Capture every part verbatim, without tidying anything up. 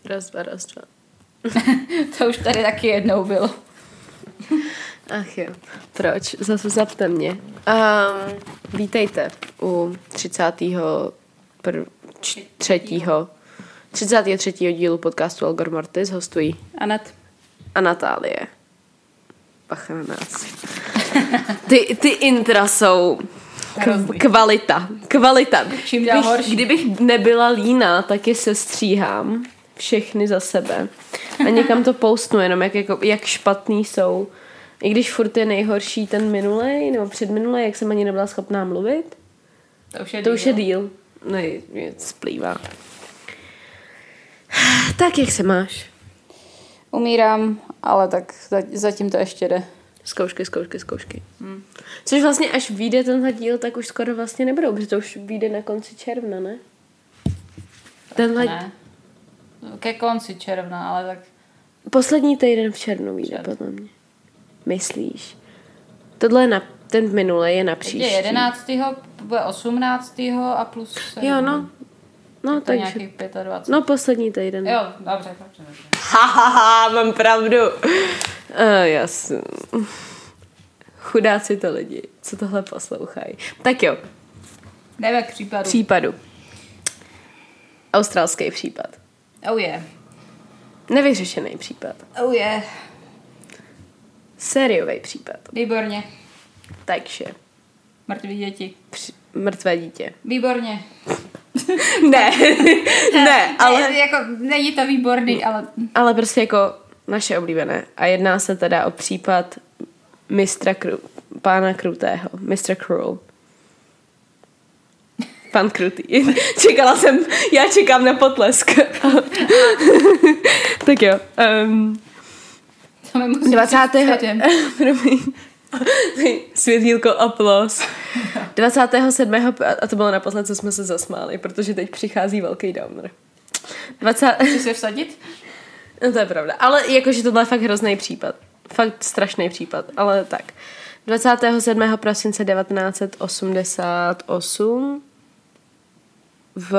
Raz, dva, raz, dva. To už tady taky jednou bylo. Ach jo, proč? Zase zapte mě. Um, vítejte u třicátého třetího třicátého třetího dílu podcastu Algor Mortis. Hostují Anet a Natálie. Bacha na nás. Ty, ty intra jsou k- kvalita. Kvalita. Čím dál horší. Kdybych nebyla líná, tak je sestříhám všechny za sebe. A někam to postnu, jenom jak, jako, jak špatný jsou. I když furt je nejhorší ten minulej, nebo předminulej, jak jsem ani nebyla schopná mluvit. To už je To díl. už je díl. No, je splývá. Tak, jak se máš? Umírám, ale tak zatím to ještě jde. Zkoušky, zkoušky, zkoušky. Hmm. Což vlastně, až vyjde tenhle díl, tak už skoro vlastně nebudou, protože to už vyjde na konci června, ne? Tenhle... Ne. Ke konci června, ale tak... Poslední týden v červnu vyjde, Červ. podle mě. Myslíš? Tohle je na... Ten minulý je na Teď příští. je jedenáctého, bude osmnáctého a plus sedm. Jo, no. No, To takže... nějakých dvacet pět. No, poslední týden. Jo, dobře, dobře, dobře. Ha, ha, ha, mám pravdu. Uh, jasně. Chudáci to lidi, co tohle poslouchají. Tak jo, Jdeme k případu. případu. Australský případ. Oh yeah. Nevyřešený případ. Oh yeah. Sériový případ. Výborně. Takže Mrtví děti. při- mrtvé dítě. Výborně. Ne, ne, ale, Ne, jako, není to výborný, ale... ale prostě jako naše oblíbené. A jedná se teda o případ mistra Kru, pána Krutého. mistra Cruel. Pan Krutý. Čekala jsem, já čekám na potlesk. Tak jo. Um, To mi musí dvacátého předem. Promiň. Světýlko aplaus. dvacátého sedmého a to bylo naposled, co jsme se zasmáli, protože teď přichází velký downer. dvacátého Chci se vsadit? No to je pravda. Ale jakože tohle je fakt hrozný případ. Fakt strašný případ. Ale tak. dvacátého sedmého prosince devatenáct set osmdesát osm v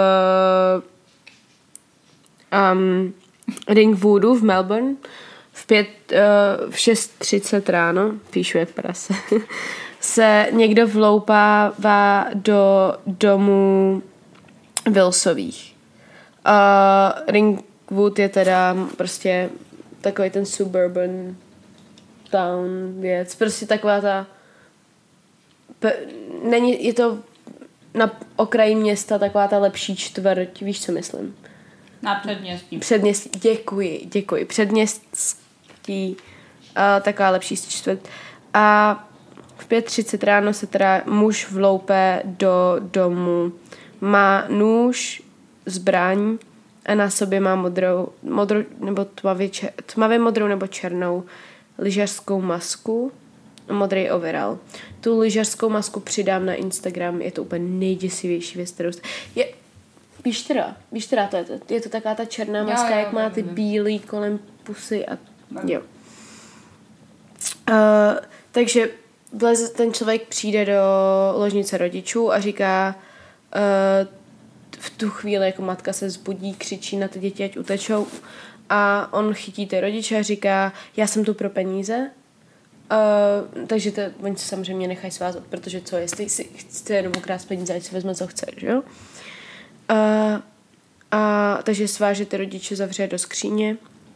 um, Ringwoodu v Melbourne v, pět, uh, v šest třicet ráno, píšu jak prase, se někdo vloupává do domu Wilsových. Uh, Ringwood je teda prostě takový ten suburban town věc. Prostě taková ta pe, není, je to na okraji města taková ta lepší čtvrť, víš, co myslím? Na předměstí. Předměstí, děkuji, děkuji. Předměstí, uh, taková lepší čtvrť. A v pět třicet ráno se teda muž vloupe do domu. Má nůž, zbraň a na sobě má modrou, modrou nebo tmavě, čer, tmavě modrou nebo černou lyžařskou masku a modrý overall. Tu lyžařskou masku přidám na Instagram, je to úplně nejděsivější věc, kterou jste... Je, víš teda, víš teda, to je, to, je to taková ta černá maska, jo, jo, jak má ty bílý kolem pusy a jo. Uh, takže vleze, ten člověk přijde do ložnice rodičů a říká uh, v tu chvíli jako matka se zbudí, křičí na ty děti, ať utečou a on chytí ty rodiče a říká, já jsem tu pro peníze. Uh, takže to, oni se samozřejmě nechají svázat, protože co, jestli si chce jenom ukrást peníze, ať si vezme, co chce, že jo? Uh, a takže sváže ty rodiče, zavře do skříně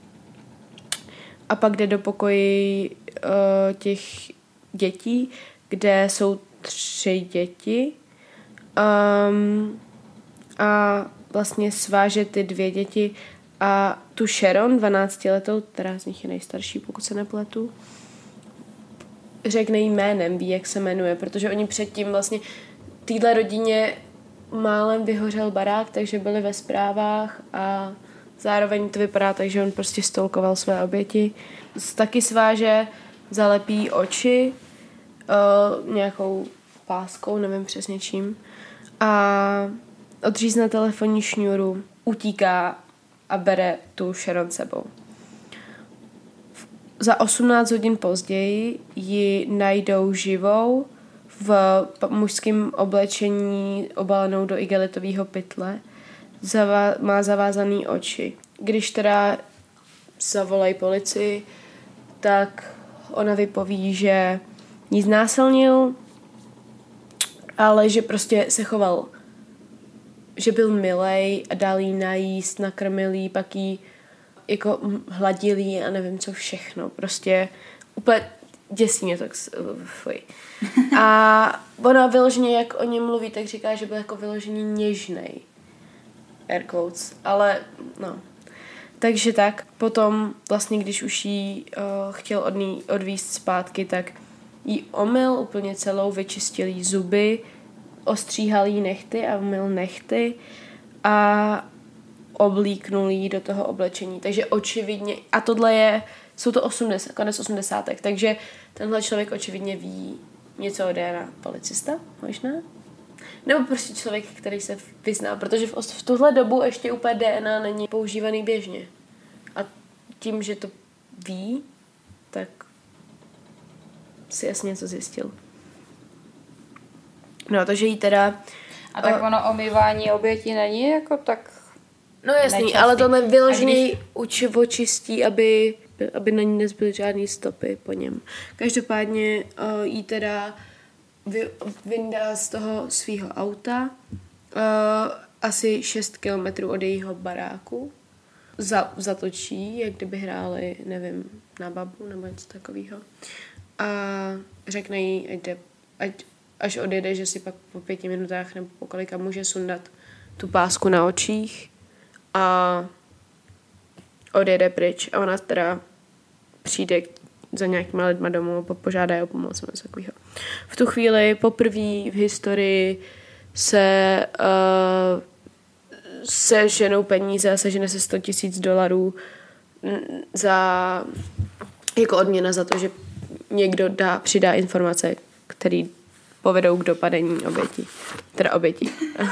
a pak jde do pokoji uh, těch dětí, kde jsou tři děti um, a vlastně sváže ty dvě děti a tu Sharon, dvanáctiletou, která z nich je nejstarší, pokud se nepletu, řekne jí jménem, ví, jak se jmenuje, protože oni předtím vlastně týhle rodině málem vyhořel barák, takže byli ve zprávách a zároveň to vypadá tak, že on prostě stolkoval své oběti. Taky sváže, zalepí oči uh, nějakou páskou, nevím přesně čím, a odřízne telefonní šňůru, utíká a bere tu Sharon sebou. Za osmnáct hodin později ji najdou živou v mužském oblečení obalenou do igelitového pytle zavá- má zavázaný oči. Když teda zavolají policii, tak ona vypoví, že jí znásilnil, ale že prostě se choval, že byl milej a dal jí najíst, nakrmil jí, pak jí jako hladil jí a nevím co všechno. Prostě úplně děsí mě to. Fuj. A ona vyloženě, jak o něm mluví, tak říká, že byl jako vyloženě něžnej. Air quotes. Ale no. Takže tak. Potom vlastně, když už jí uh, chtěl od ní odvízt zpátky, tak jí omyl úplně celou, vyčistil jí zuby, ostříhal jí nechty a umyl nechty a oblíknul jí do toho oblečení. Takže očividně, a tohle je, jsou to osmdesát, konec osmdesátek, takže tenhle člověk očividně ví něco o D N A. Policista, možná? Nebo prostě člověk, který se vyzná, protože v, v tuhle dobu ještě úplně D N A není používaný běžně. A tím, že to ví, tak si jasně něco zjistil. No, takže jí teda... A tak o... ono omývání obětí není jako tak... No jasný, nečastný. Ale tohle vyloženě když... uči očistí, aby, aby na ní nezbyly žádný stopy po něm. Každopádně uh, jí teda vy, vyndá z toho svýho auta uh, asi šest kilometrů od jejího baráku. Za, zatočí, jak kdyby hráli, nevím, na babu nebo něco takového. A řekne jí, ať jde, ať, až odjede, že si pak po pěti minutách nebo po kolika může sundat tu pásku na očích a odjede pryč. A ona teda přijde za nějakýma lidma domů a požádá o pomoc nebo takového. V tu chvíli poprvé v historii se uh, se ženou peníze a sežene se sto tisíc dolarů za, jako odměna za to, že někdo dá, přidá informace, které povedou k dopadení obětí. Teda obětí.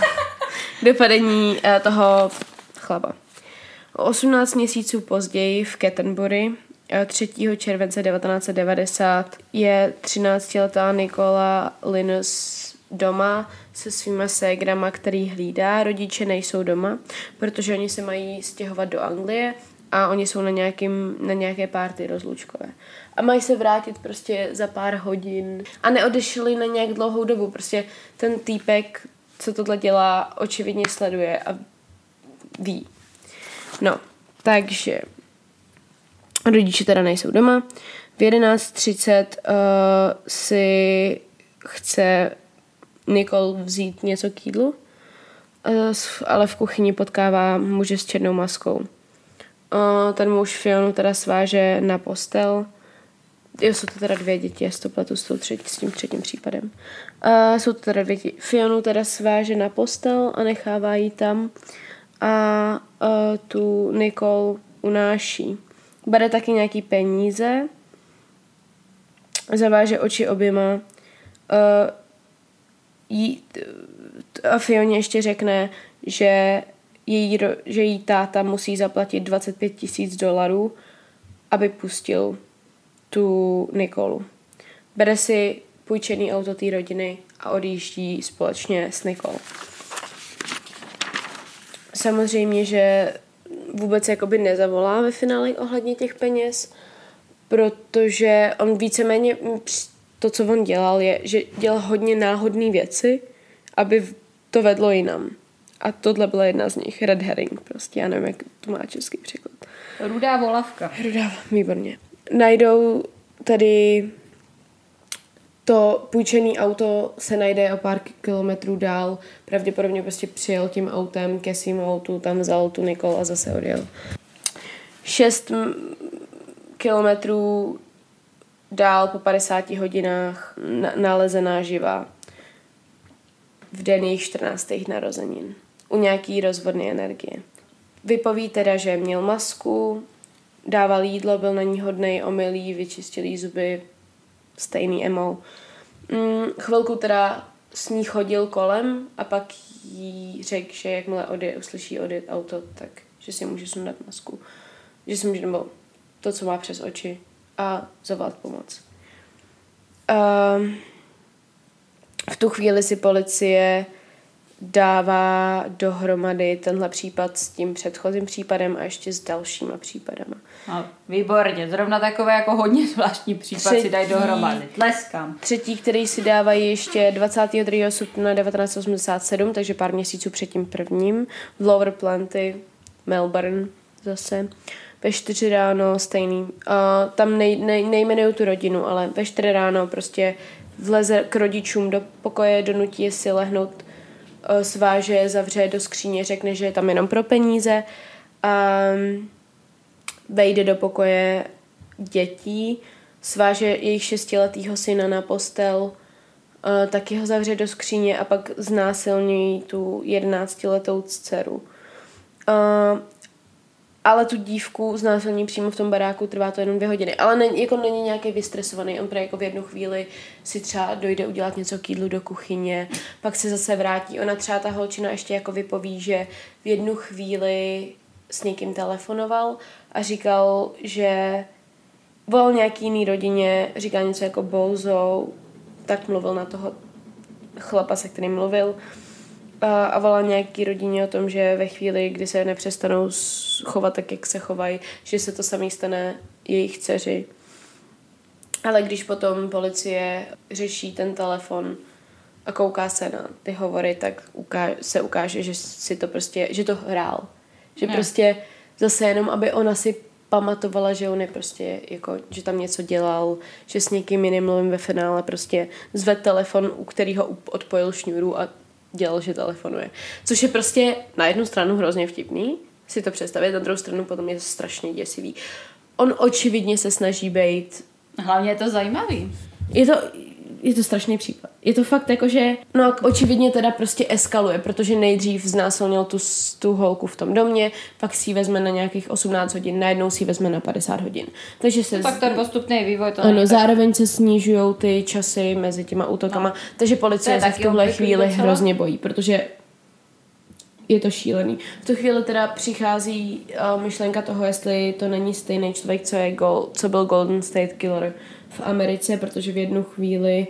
dopadení uh, toho chlapa. osmnáct měsíců později v Canterbury třetího července devatenáct set devadesát je třináctiletá Nicola Linus doma se svýma ségrama, který hlídá. Rodiče nejsou doma, protože oni se mají stěhovat do Anglie a oni jsou na, nějakým, na nějaké party rozlučkové. A mají se vrátit prostě za pár hodin a neodešli na nějak dlouhou dobu. Prostě ten týpek, co tohle dělá, očividně sleduje a ví. No, takže rodiče teda nejsou doma. V jedenáct třicet uh, si chce Nicole vzít něco k jídlu, uh, ale v kuchyni potkává muže s černou maskou. Uh, ten muž Fionu teda sváže na postel. Jo, jsou to teda dvě děti, já to platu s, třetí, s tím třetím případem. Uh, jsou to teda dvě děti. Fionu teda sváže na postel a nechává ji tam a uh, tu Nicole unáší. Bere taky nějaký peníze, zaváže oči oběma uh, jí, a Fioně ještě řekne, že její, že její táta musí zaplatit dvacet pět tisíc dolarů, aby pustil tu Nikolu. Bere si půjčený auto té rodiny a odjíždí společně s Nicole. Samozřejmě, že vůbec jakoby nezavolá ve finále ohledně těch peněz, protože on víceméně to, co on dělal, je, že dělal hodně náhodné věci, aby to vedlo jinam. A tohle byla jedna z nich. Red herring prostě, já nevím, jak to má český překlad. Rudá volavka. Rudá, výborně. Najdou tady to půjčené auto se najde o pár kilometrů dál. Pravděpodobně prostě přijel tím autem ke svým autu, tam vzal tu Nicole a zase odjel. Šest m- kilometrů dál po padesáti hodinách na- nalezená živá v den jejich čtrnáctých narozenin. U nějaký rozvodné energie. Vypoví teda, že měl masku, dával jídlo, byl na ní hodnej, omylý, vyčistil jí zuby, stejný emo. Mm, chvilku teda s ní chodil kolem a pak jí řekl, že jakmile odje, uslyší odjet auto, tak že si může sundat masku. Že si může, nebo to, co má přes oči a zavolat pomoc. Um, v tu chvíli si policie dává dohromady tenhle případ s tím předchozím případem a ještě s dalšíma případama. No, výborně, zrovna takové jako hodně zvláštní případ třetí, si dají dohromady. Tleskám. Třetí, který si dávají ještě dvacátého druhého srpna devatenáct set osmdesát sedm, takže pár měsíců před tím prvním, v Lower Plenty, Melbourne zase. Ve čtyři ráno stejný. Uh, tam nej, nej, nejmenuju tu rodinu, ale ve čtyři ráno prostě vleze k rodičům do pokoje, donutí je si lehnout, uh, sváže, zavře do skříně, řekne, že je tam jenom pro peníze. Um, vejde do pokoje dětí, sváže jejich šestiletýho syna na postel, uh, taky ho zavře do skříně a pak znásilňují tu jedenáctiletou dceru. Uh, ale tu dívku znásilní přímo v tom baráku, trvá to jenom dvě hodiny. Ale ne, jako není nějaký vystresovaný, on právě jako v jednu chvíli si třeba dojde udělat něco k jídlu do kuchyně, pak se zase vrátí. Ona třeba ta holčina ještě jako vypoví, že v jednu chvíli s někým telefonoval a říkal, že volal nějaký jiný rodině, říkal něco jako bozo, tak mluvil na toho chlapa, se kterým mluvil, a, a volal nějaký rodině o tom, že ve chvíli, kdy se nepřestanou chovat tak, jak se chovají, že se to samý stane jejich dceři. Ale když potom policie řeší ten telefon a kouká se na ty hovory, tak ukáže, se ukáže, že si to prostě, že to hrál. Že ne. Prostě zase jenom, aby ona si pamatovala, že on je prostě, jako, že tam něco dělal, že s někým jiným mluvím ve finále, prostě zved telefon, u kterého odpojil šňůru a dělal, že telefonuje. Což je prostě na jednu stranu hrozně vtipný, si to představit, na druhou stranu potom je to strašně děsivý. On očividně se snaží být... Hlavně je to zajímavý. Je to... Je to strašný případ. Je to fakt jako, že no očividně teda prostě eskaluje, protože nejdřív znásilnil tu, tu holku v tom domě, pak si ji vezme na nějakých osmnáct hodin, najednou si ji vezme na padesát hodin. Takže se... No, tak ten postupný vývoj to ano, není zároveň tak... se snižujou ty časy mezi těma útokama, no. Takže policie se v tuhle chvíli docela hrozně bojí, protože je to šílený. V tu chvíli teda přichází uh, myšlenka toho, jestli to není stejný člověk, co, je Gol- co byl Golden State Killer v Americe, protože v jednu chvíli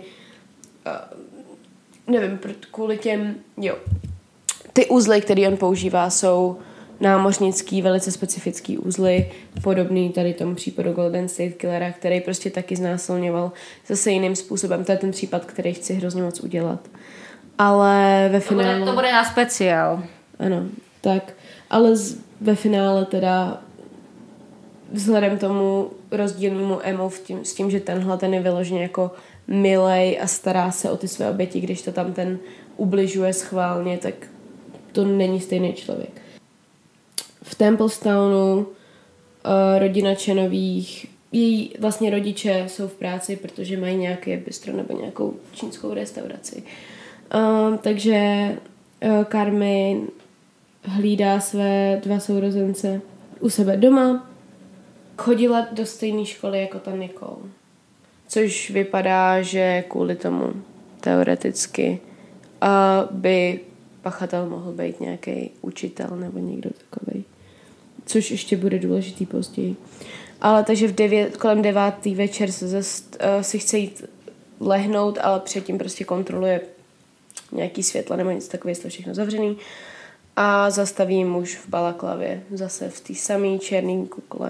uh, nevím, kvůli těm jo, ty uzly, které on používá, jsou námořnický, velice specifický uzly, podobný tady tomu případu Golden State Killera, který prostě taky znásilňoval zase jiným způsobem. To je ten případ, který chci hrozně moc udělat. Ale ve finále... To bude, to bude na speciál. Ano, tak. Ale z, ve finále teda vzhledem tomu rozdílnému emu v tím, s tím, že tenhle ten je vyloženě jako milej a stará se o ty své oběti, když to tam ten ubližuje schválně, tak to není stejný člověk. V Templestownu uh, rodina Chenových, její vlastně rodiče jsou v práci, protože mají nějaké bistro nebo nějakou čínskou restauraci. Um, takže uh, Carmen hlídá své dva sourozence u sebe doma. Chodila do stejné školy jako ta Nicole. Což vypadá, že kvůli tomu teoreticky uh, by pachatel mohl být nějaký učitel nebo někdo takovej. Což ještě bude důležitý později. Ale takže v devět, kolem devátý večer se zase, uh, si chce jít lehnout, ale předtím prostě kontroluje nějaký světla nebo něco takové, je všechno zavřený. A zastaví muž v balaklavě, zase v té samé černé kukle.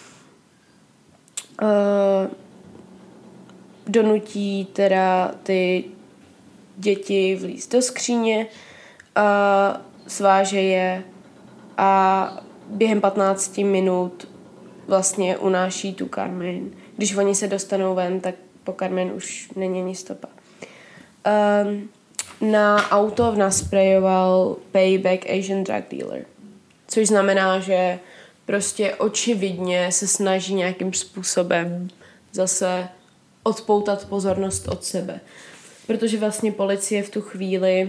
Uh, donutí teda ty děti vlízt do skříně, a sváže je a během patnáct minut vlastně unáší tu Carmen. Když oni se dostanou ven, tak po Carmen už není ani stopa. Um, na auto nasprejoval Payback Asian drug dealer. Což znamená, že prostě očividně se snaží nějakým způsobem zase odpoutat pozornost od sebe. Protože vlastně policie v tu chvíli,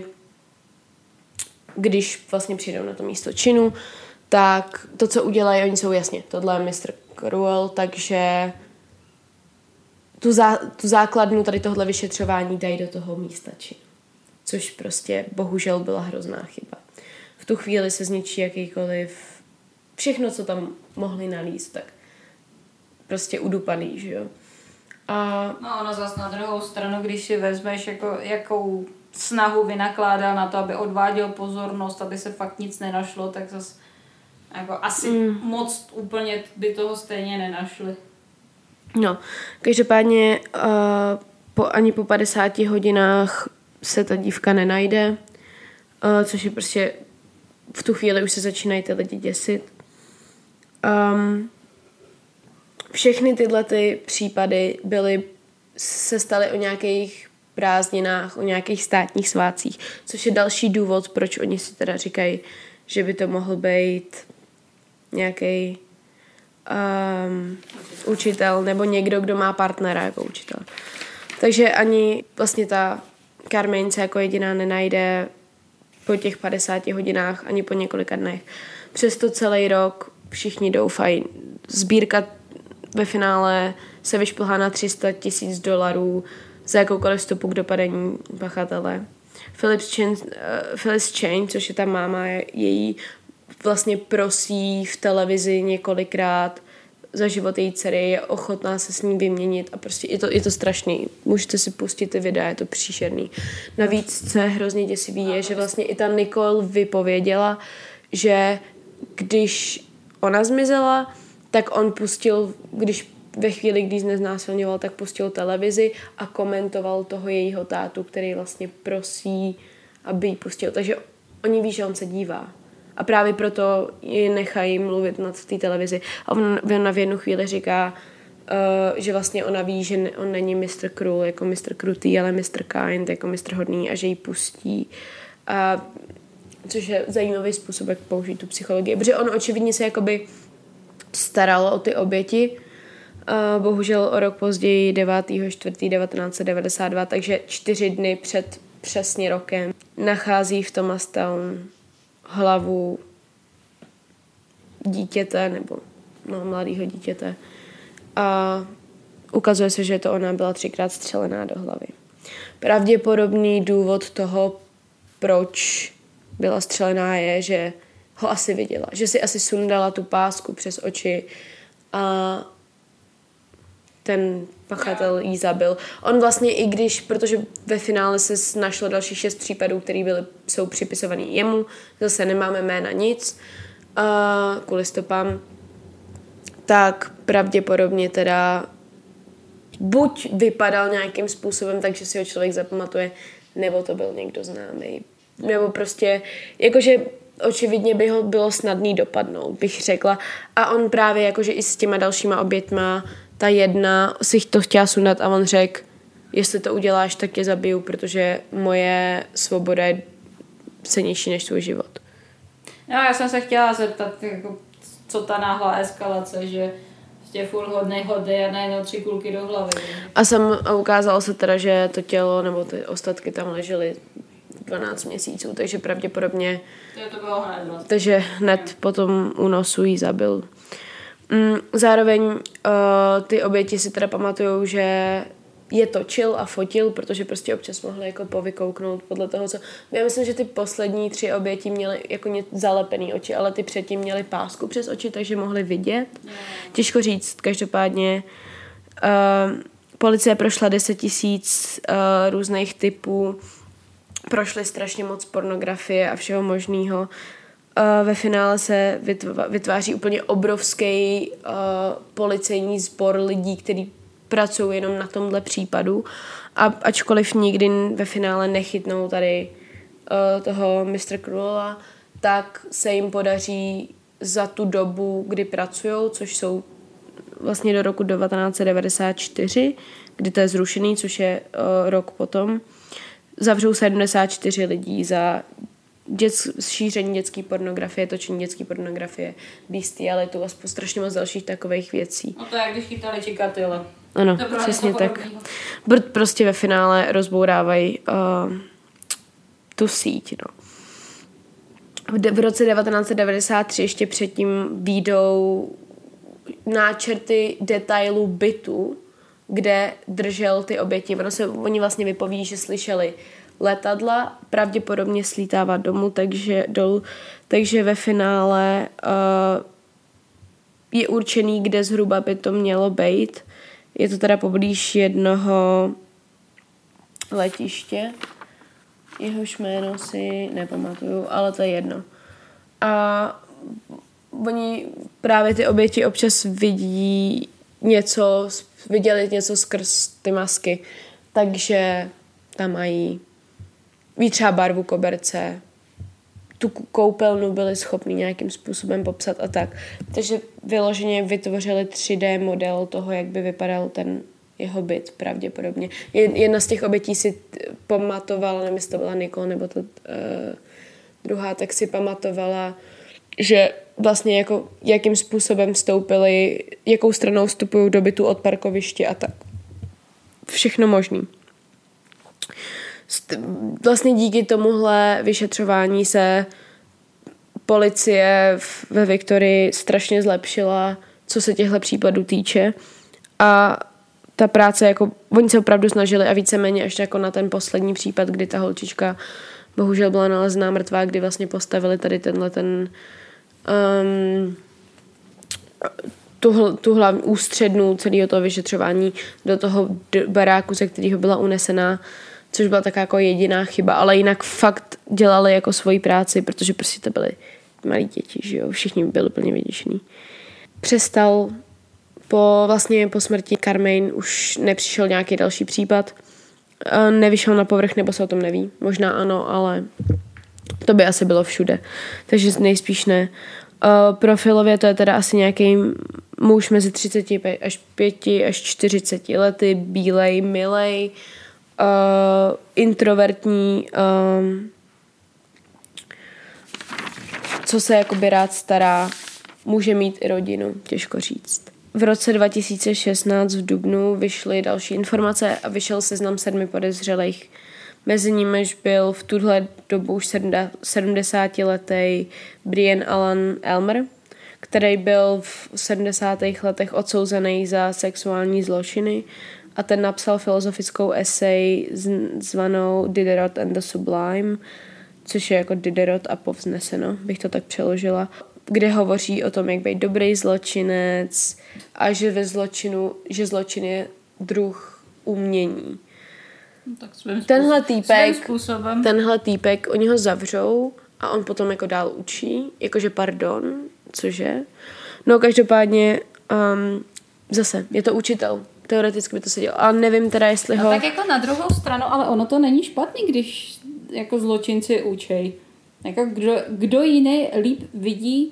když vlastně přijdou na to místo činu, tak to, co udělají, oni jsou jasně, tohle je mister Cruel, takže tu, zá, tu základnu tady tohle vyšetřování dají do toho místa činu. Což prostě bohužel byla hrozná chyba. V tu chvíli se zničí jakýkoliv všechno, co tam mohli nalíst, tak prostě udupaný, že jo. A... No ono zase na druhou stranu, když si vezmeš, jako, jakou snahu vynakládal na to, aby odváděl pozornost, aby se fakt nic nenašlo, tak zase jako asi mm. moc úplně by toho stejně nenašli. No, každopádně uh, po, ani po padesáti hodinách se ta dívka nenajde, uh, což je prostě v tu chvíli už se začínají ty lidi děsit. Um, všechny tyhle ty případy byly, se staly o nějakých prázdninách, o nějakých státních svátcích, což je další důvod, proč oni si teda říkají, že by to mohl být nějaký um, učitel nebo někdo, kdo má partnera jako učitel. Takže ani vlastně ta Carmen se jako jediná nenajde po těch padesáti hodinách ani po několika dnech. Přesto celý rok všichni doufají. Sbírka ve finále se vyšplhá na tři sta tisíc dolarů za jakoukoliv stopu k dopadení pachatele. Phyllis Chen, uh, Phyllis Chen, což je ta máma, její vlastně prosí v televizi několikrát za život její dcery, je ochotná se s ní vyměnit a prostě je to, je to strašný. Můžete si pustit ty videa, je to příšerný. Navíc, co je hrozně děsivý, je, že vlastně i ta Nicole vypověděla, že když ona zmizela, tak on pustil, když ve chvíli, když neznásilňoval, tak pustil televizi a komentoval toho jejího tátu, který vlastně prosí, aby ji pustil. Takže oni ví, že on se dívá. A právě proto ji nechají mluvit nad té televizi. A on, on v jednu chvíli říká, uh, že vlastně ona ví, že ne, on není mister Cruel jako mister Krutý, ale mister Kind jako mister Hodný a že ji pustí. A, což je zajímavý způsob, jak použít tu psychologii. Protože on očividně se jakoby staral o ty oběti. Uh, bohužel o rok později, devátého čtvrtého devatenáct set devadesát dva, takže čtyři dny před přesně rokem, nachází v Thomastown hlavu dítěte, nebo no, mladého dítěte. A ukazuje se, že to ona byla třikrát střelená do hlavy. Pravděpodobný důvod toho, proč byla střelená, je, že ho asi viděla. Že si asi sundala tu pásku přes oči a ten pachatel jí zabil. On vlastně i když, protože ve finále se našlo dalších šest případů, které byly, jsou připisovaný jemu, zase nemáme jména nic, uh, kvůli stopám, tak pravděpodobně teda buď vypadal nějakým způsobem, takže si ho člověk zapamatuje, nebo to byl někdo známý. Nebo prostě, jakože očividně by ho bylo snadný dopadnout, bych řekla. A on právě jakože i s těma dalšíma obětma, ta jedna si to chtěla sundat a on řekl, jestli to uděláš, tak tě zabiju, protože moje svoboda je cennější než tvůj život. No, já jsem se chtěla zeptat, jako, co ta náhlá eskalace, že prostě furt hodnej hody a najednou tři kulky do hlavy. A, sam, a ukázalo se teda, že to tělo nebo ty ostatky tam ležely dvanáct měsíců, takže pravděpodobně to bylo hned vlastně. Takže hned po tom únosu jí zabil. Mm, zároveň uh, ty oběti si teda pamatujou, že je točil a fotil, protože prostě občas mohli jako povykouknout podle toho, co... Já myslím, že ty poslední tři oběti měly jako ně zalepený oči, ale ty předtím měly pásku přes oči, takže mohli vidět. Těžko říct, každopádně uh, policie prošla deset tisíc uh, různých typů, prošly strašně moc pornografie a všeho možného. Uh, ve finále se vytváří úplně obrovský uh, policejní sbor lidí, kteří pracují jenom na tomhle případu. A ačkoliv nikdy ve finále nechytnou tady uh, toho mistera Cruela, tak se jim podaří za tu dobu, kdy pracují, což jsou vlastně do roku devatenáct set devadesát čtyři, kdy to je zrušený, což je uh, rok potom, zavřou sedmdesát čtyři lidí za dět, šíření dětské pornografie, točení dětské pornografie, bestialitu a strašně moc dalších takových věcí. No to je, jak když chytali čikatyle. Ano, přesně tak. Brd prostě ve finále rozbourávají uh, tu síť. No. V, v roce devatenáct set devadesát tři ještě předtím výjdou náčrty detailů bytu, kde držel ty oběti. Ono se, oni vlastně vypoví, že slyšeli letadla, pravděpodobně slítávat domů, takže, dolů, takže ve finále uh, je určený, kde zhruba by to mělo být. Je to teda poblíž jednoho letiště. jehož jméno si nepamatuju, ale to je jedno. A oni právě ty oběti občas vidí něco, viděli něco skrz ty masky, takže tam mají ví třeba barvu koberce, tu koupelnu byli schopni nějakým způsobem popsat a tak. Takže vyloženě vytvořili tři dé model toho, jak by vypadal ten jeho byt pravděpodobně. Jedna z těch obětí si pamatovala, nevím, jestli to byla Nicole nebo to uh, druhá, tak si pamatovala, že vlastně jako, jakým způsobem vstoupili, jakou stranou vstupují do bytu od parkoviště a tak. Všechno možný. Vlastně díky tomuhle vyšetřování se policie ve Viktorii strašně zlepšila, co se těchto případů týče. A ta práce, jako oni se opravdu snažili a víceméně až jako na ten poslední případ, kdy ta holčička bohužel byla nalezená mrtvá, kdy vlastně postavili tady tenhle ten um, tu, tu hlavní ústřednu celého toho vyšetřování do toho baráku, ze kterého byla unesená, což byla taková jako jediná chyba, ale jinak fakt dělali jako svoji práci, protože prostě to byly malí děti, že jo, všichni byli plně vyděšení. Přestal po vlastně po smrti Carmine už nepřišel nějaký další případ, nevyšel na povrch, nebo se o tom neví, možná ano, ale to by asi bylo všude, takže nejspíš ne. Profilově to je teda asi nějaký muž mezi třicet až pět až čtyřicet lety, bílej, milej, Uh, introvertní, um, co se jakoby rád stará, může mít i rodinu, těžko říct. V roce dva tisíce šestnáct v dubnu vyšly další informace a vyšel seznam sedmi podezřelých. Mezi nimiž byl v tuhle dobu už sedmdesátiletý Brian Alan Elmer, který byl v sedmdesátých letech odsouzený za sexuální zločiny, a ten napsal filozofickou esej zvanou Diderot and the Sublime, což je jako Diderot a povzneseno, bych to tak přeložila, kde hovoří o tom, jak být dobrý zločinec a že ve zločinu, že zločin je druh umění. No, tak svým tenhle týpek, svým způsobem. tenhle týpek, oni ho zavřou a on potom jako dál učí, jakože pardon, cože. No každopádně um, zase, je to učitel. Teoreticky by to se dělo. Ale nevím teda, jestli no, ho... tak jako na druhou stranu, ale ono to není špatný, když jako zločinci učej. Jako kdo, kdo jiný líp vidí?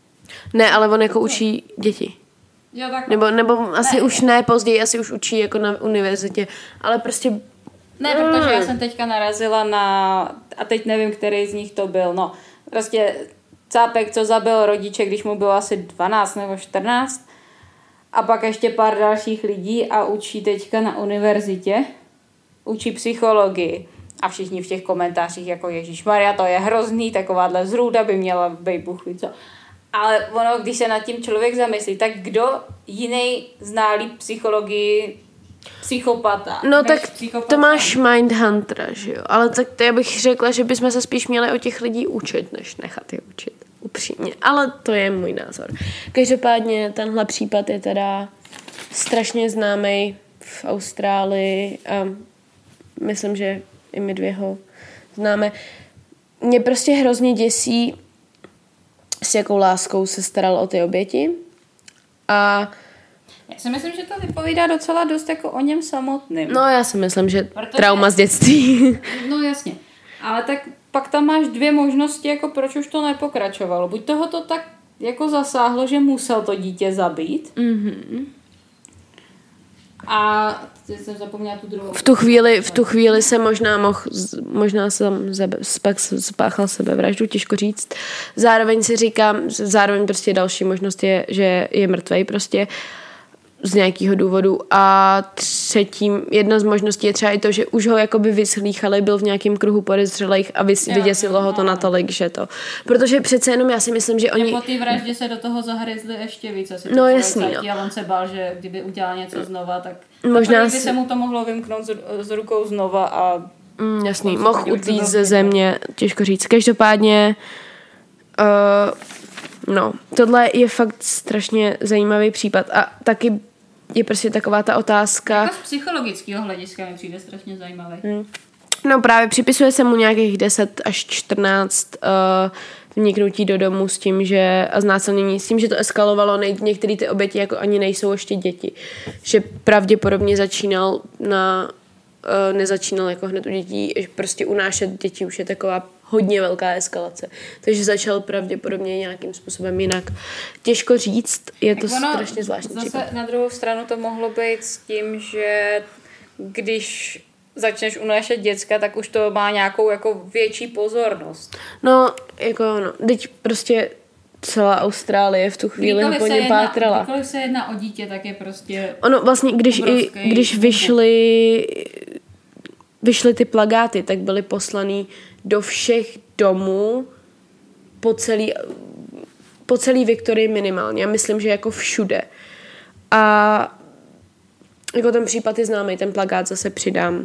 Ne, ale on jako učí děti. Jo, tak... Nebo, nebo asi ne. už ne, později asi už učí jako na univerzitě. Ale prostě... Ne, protože já jsem teďka narazila na... A teď nevím, který z nich to byl. No, prostě cápek, co zabil rodiče, když mu bylo asi dvanáct nebo čtrnáct. A pak ještě pár dalších lidí a učí teďka na univerzitě. Učí psychologii. A všichni v těch komentářích jako Ježišmarja, to je hrozný, takováhle zrůda by měla být buchví, co. Ale ono, když se nad tím člověk zamyslí, tak kdo jiný zná líp psychologii psychopata? No tak psychopata? To máš Mindhuntera, že jo? Ale tak to já bych řekla, že bychom se spíš měli o těch lidí učit, než nechat je učit. Upřímně. Ale to je můj názor. Každopádně tenhle případ je teda strašně známý v Austrálii a myslím, že i my dvě ho známe. Mě prostě hrozně děsí, s jakou láskou se staral o ty oběti. A já si myslím, že to vypovídá docela dost jako o něm samotným. No já si myslím, že protože... trauma z dětství. No jasně. Ale tak pak tam máš dvě možnosti, jako proč už to nepokračovalo. Buď toho to tak jako zasáhlo, že musel to dítě zabít. Mm-hmm. A teď jsem zapomněla tu druhou. V tu chvíli, v tu chvíli se možná mohl, možná jsem zebe, pak spáchal sebevraždu, těžko říct. Zároveň si říkám, zároveň prostě další možnost je, že je mrtvej prostě z nějakého důvodu. A třetím, jedna z možností je třeba i to, že už ho jakoby vyslýchali, byl v nějakém kruhu podezřelých a vys, vyděsilo ho to natolik, že to. Protože přece jenom já si myslím, že oni... Po té vraždě se do toho zahryzli ještě víc. Asi no jasný, no. A on se bál, že kdyby udělal něco znova, tak možná by se mu to mohlo vymknout z, z rukou znova a... Mm, jasný, mohl utíct ze země, těžko říct. Každopádně uh, no, tohle je fakt strašně zajímavý případ a taky je prostě taková ta otázka... Jako z psychologického hlediska mi přijde strašně zajímavý. Hmm. No právě připisuje se mu nějakých deset až čtrnáct uh, vniknutí do domu s tím, že a znásilnění, s tím, že to eskalovalo, nej, některé ty oběti jako ani nejsou ještě děti. Že pravděpodobně začínal na, uh, nezačínal jako hned u dětí, že prostě unášet děti už je taková hodně velká eskalace. Takže začal pravděpodobně nějakým způsobem jinak. Těžko říct, je to ono, strašně zvláštní. Zase případ. Na druhou stranu to mohlo být s tím, že když začneš unášet děcka, tak už to má nějakou jako větší pozornost. No, jako no, teď prostě celá Austrálie v tu chvíli po něm pátrala. Kdykoliv se jedná o dítě, tak je prostě ono vlastně, když, i, když vyšly, vyšly ty plakáty, tak byly poslaný do všech domů po celý, po celý Viktorii minimálně. Já myslím, že jako všude. A jako ten případ je známý, ten plakát zase přidám.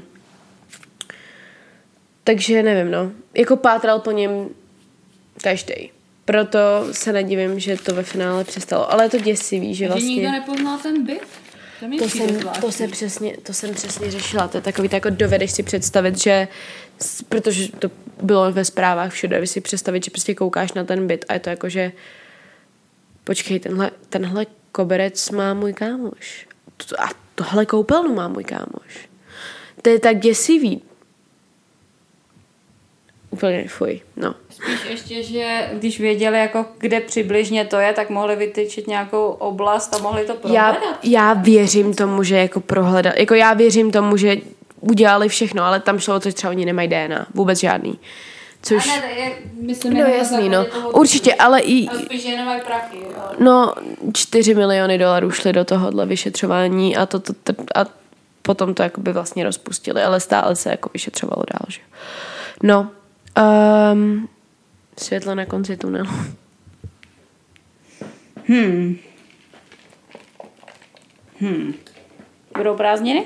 Takže nevím, no. Jako pátral po něm každej. Proto se nedivím, že to ve finále přestalo. Ale je to děsivý, že vlastně... Že nikdo nepoznal ten byt? To, to, jsem, to, se přesně, to jsem přesně řešila. To je takový, tak jako dovedeš si představit, že protože to bylo ve zprávách všude, vy si představit, že prostě koukáš na ten byt a je to jako, že počkej, tenhle, tenhle koberec má můj kámoš. A tohle koupelnu má můj kámoš. To je tak děsivý. Úplně fuj, no. Spíš ještě, že když věděli, jako kde přibližně to je, tak mohli vytyčit nějakou oblast a mohli to prohledat. Já, já věřím tomu, že jako prohledat, jako já věřím tomu, že udělali všechno, ale tam šlo o to, že třeba oni nemají D N A, vůbec žádný. Což... A ne, je, myslím, no jasný, no. Určitě, ale i... Ale spíš, že nemají prachy. Ale... No, čtyři miliony dolarů šly do tohohle vyšetřování a, to, to, to, a potom to jakoby vlastně rozpustili, ale stále se jako vyšetřovalo dál, že? No, um, světlo na konci tunelu. Hmm. Hmm. Budou prázdniny?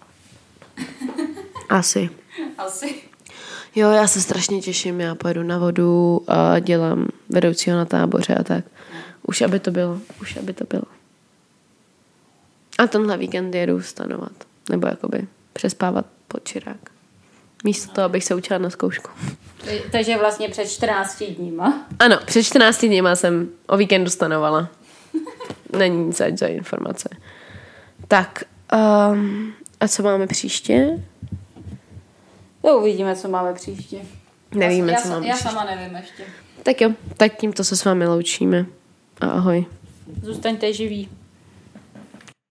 Asi. Asi. Jo, já se strašně těším, já pojedu na vodu a dělám vedoucího na táboře a tak. Už aby to bylo, už aby to bylo. A tenhle víkend jedu stanovat, nebo jakoby přespávat pod čirák. Místo toho, abych se učila na zkoušku. Takže vlastně před čtrnácti dníma. Ano, před čtrnácti dníma jsem o víkendu stanovala. Není nic za informace. Tak, um, a co máme příště? To uvidíme, co máme příště. Nevíme, já, co máme já příště. Já sama nevím ještě. Tak jo, tak tímto se s vámi loučíme. A ahoj. Zůstaňte živí.